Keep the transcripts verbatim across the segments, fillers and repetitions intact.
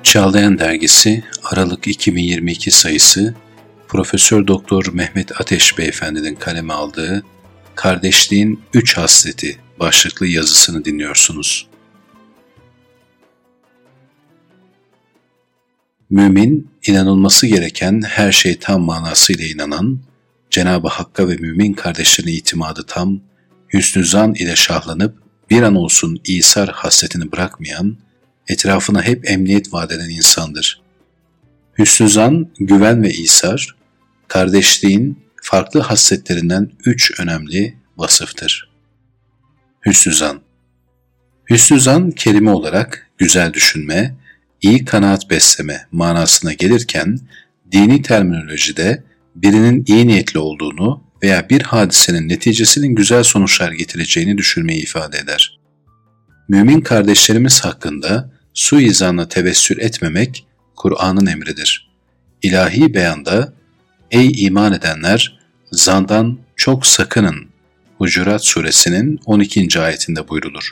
Çağlayan Dergisi Aralık iki bin yirmi iki sayısı Profesör Doktor Mehmet Ateş Beyefendi'nin kaleme aldığı Kardeşliğin Üç Hasleti başlıklı yazısını dinliyorsunuz. Mümin, inanılması gereken her şey tam manasıyla inanan, Cenab-ı Hakk'a ve mümin kardeşlerine itimadı tam, hüsnü zan ile şahlanıp bir an olsun İsar hasletini bırakmayan, etrafına hep emniyet vaat eden insandır. Hüsnü zan, güven ve İsar, kardeşliğin farklı hasletlerinden üç önemli vasıftır. Hüsnü zan. Hüsnü zan kelime olarak güzel düşünme, iyi kanaat besleme manasına gelirken, dini terminolojide birinin iyi niyetli olduğunu veya bir hadisenin neticesinin güzel sonuçlar getireceğini düşünmeyi ifade eder. Mümin kardeşlerimiz hakkında suizanla tevessül etmemek Kur'an'ın emridir. İlahi beyanda, ey iman edenler, zandan çok sakının Hucurat suresinin on ikinci ayetinde buyrulur.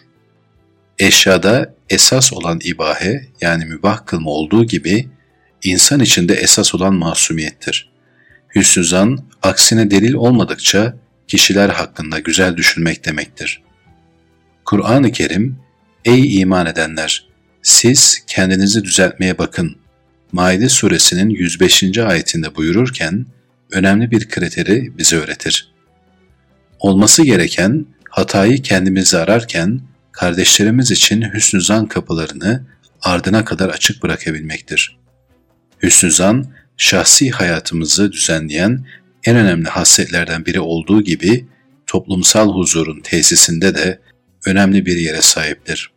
Eşyada esas olan ibahe yani mübah kılma olduğu gibi insan içinde esas olan masumiyettir. Hüsnü zan, aksine delil olmadıkça kişiler hakkında güzel düşünmek demektir. Kur'an-ı Kerim, ey iman edenler, siz kendinizi düzeltmeye bakın, Maide suresinin yüz beşinci ayetinde buyururken önemli bir kriteri bize öğretir. Olması gereken hatayı kendimizi ararken kardeşlerimiz için hüsnü zan kapılarını ardına kadar açık bırakabilmektir. Hüsnü zan, şahsi hayatımızı düzenleyen en önemli hasletlerden biri olduğu gibi toplumsal huzurun tesisinde de önemli bir yere sahiptir.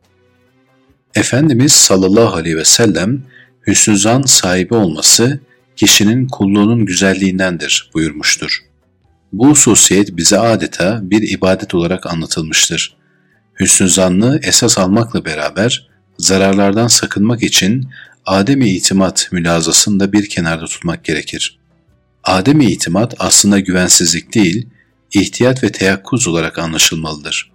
Efendimiz sallallahu aleyhi ve sellem hüsnü zan sahibi olması kişinin kulluğunun güzelliğindendir buyurmuştur. Bu hususiyet bize adeta bir ibadet olarak anlatılmıştır. Hüsnü zannı esas almakla beraber zararlardan sakınmak için adem-i itimat mülazasını da bir kenarda tutmak gerekir. Adem-i itimat aslında güvensizlik değil, ihtiyat ve teyakkuz olarak anlaşılmalıdır.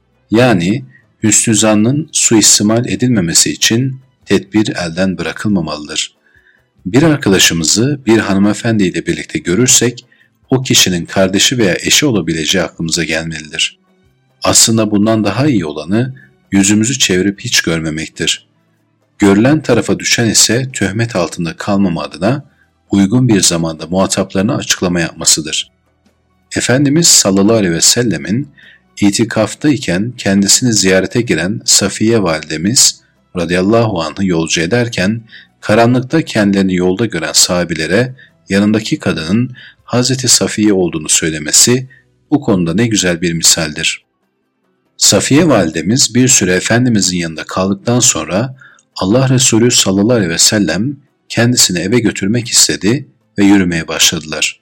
Yani hüsnü zannın suistimal edilmemesi için tedbir elden bırakılmamalıdır. Bir arkadaşımızı bir hanımefendiyle birlikte görürsek, o kişinin kardeşi veya eşi olabileceği aklımıza gelmelidir. Aslında bundan daha iyi olanı yüzümüzü çevirip hiç görmemektir. Görülen tarafa düşen ise töhmet altında kalmama adına uygun bir zamanda muhataplarına açıklama yapmasıdır. Efendimiz sallallahu aleyhi ve sellemin itikaftayken kendisini ziyarete giren Safiye validemiz radıyallahu anh'ı yolcu ederken karanlıkta kendilerini yolda gören sahabilere yanındaki kadının Hazreti Safiye olduğunu söylemesi bu konuda ne güzel bir misaldir. Safiye validemiz bir süre Efendimizin yanında kaldıktan sonra Allah Resulü sallallahu aleyhi ve sellem kendisini eve götürmek istedi ve yürümeye başladılar.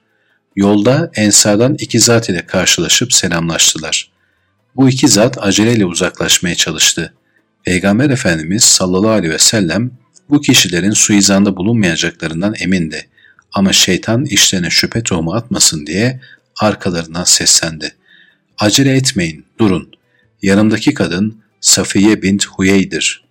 Yolda Ensar'dan iki zat ile karşılaşıp selamlaştılar. Bu iki zat aceleyle uzaklaşmaya çalıştı. Peygamber Efendimiz sallallahu aleyhi ve sellem bu kişilerin suizanda bulunmayacaklarından emindi ama şeytan işlerine şüphe tohumu atmasın diye arkalarından seslendi. Acele etmeyin, durun. Yanımdaki kadın Safiye bint Huyey'dir.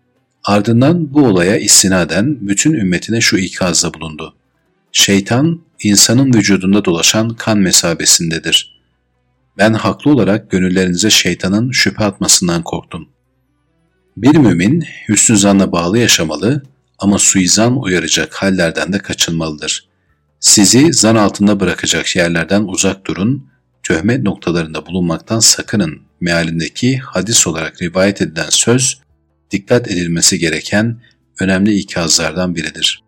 Ardından bu olaya istinaden bütün ümmetine şu ikazda bulundu. Şeytan, insanın vücudunda dolaşan kan mesabesindedir. Ben haklı olarak gönüllerinize şeytanın şüphe atmasından korktum. Bir mümin hüsnü zanla bağlı yaşamalı ama suizan uyaracak hallerden de kaçınmalıdır. Sizi zan altında bırakacak yerlerden uzak durun, töhmet noktalarında bulunmaktan sakının mealindeki hadis olarak rivayet edilen söz, dikkat edilmesi gereken önemli ikazlardan biridir.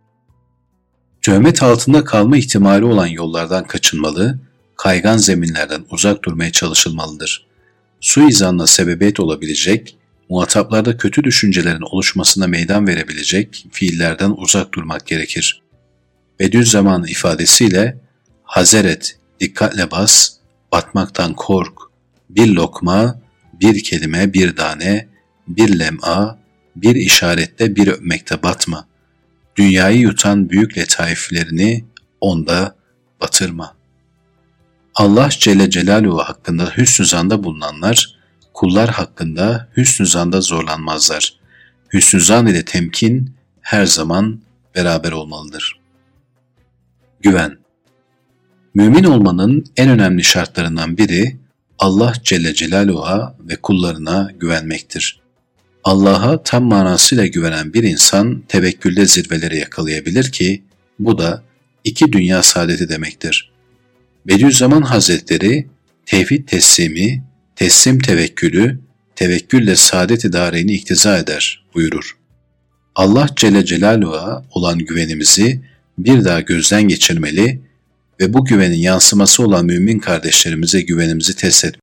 Töhmet altında kalma ihtimali olan yollardan kaçınmalı, kaygan zeminlerden uzak durmaya çalışılmalıdır. Suizanla sebebiyet olabilecek, muhataplarda kötü düşüncelerin oluşmasına meydan verebilecek fiillerden uzak durmak gerekir. Bediüzzaman ifadesiyle, hazer et, dikkatle bas, batmaktan kork, bir lokma, bir kelime, bir tane, bir lem'a, bir işarette bir öpmekte batma. Dünyayı yutan büyük letaiflerini onda batırma. Allah Celle Celaluhu hakkında hüsnü zanda bulunanlar, kullar hakkında hüsnü zanda zorlanmazlar. Hüsnü zan ile temkin her zaman beraber olmalıdır. Güven. Mümin olmanın en önemli şartlarından biri Allah Celle Celaluhu'ya ve kullarına güvenmektir. Allah'a tam manasıyla güvenen bir insan tevekkülde zirveleri yakalayabilir ki bu da iki dünya saadeti demektir. Bediüzzaman Hazretleri tevhid teslimi, teslim tevekkülü, tevekkülle saadet-i dâreyni iktiza eder buyurur. Allah Celle Celaluhu'ya olan güvenimizi bir daha gözden geçirmeli ve bu güvenin yansıması olan mümin kardeşlerimize güvenimizi test etmeliyiz.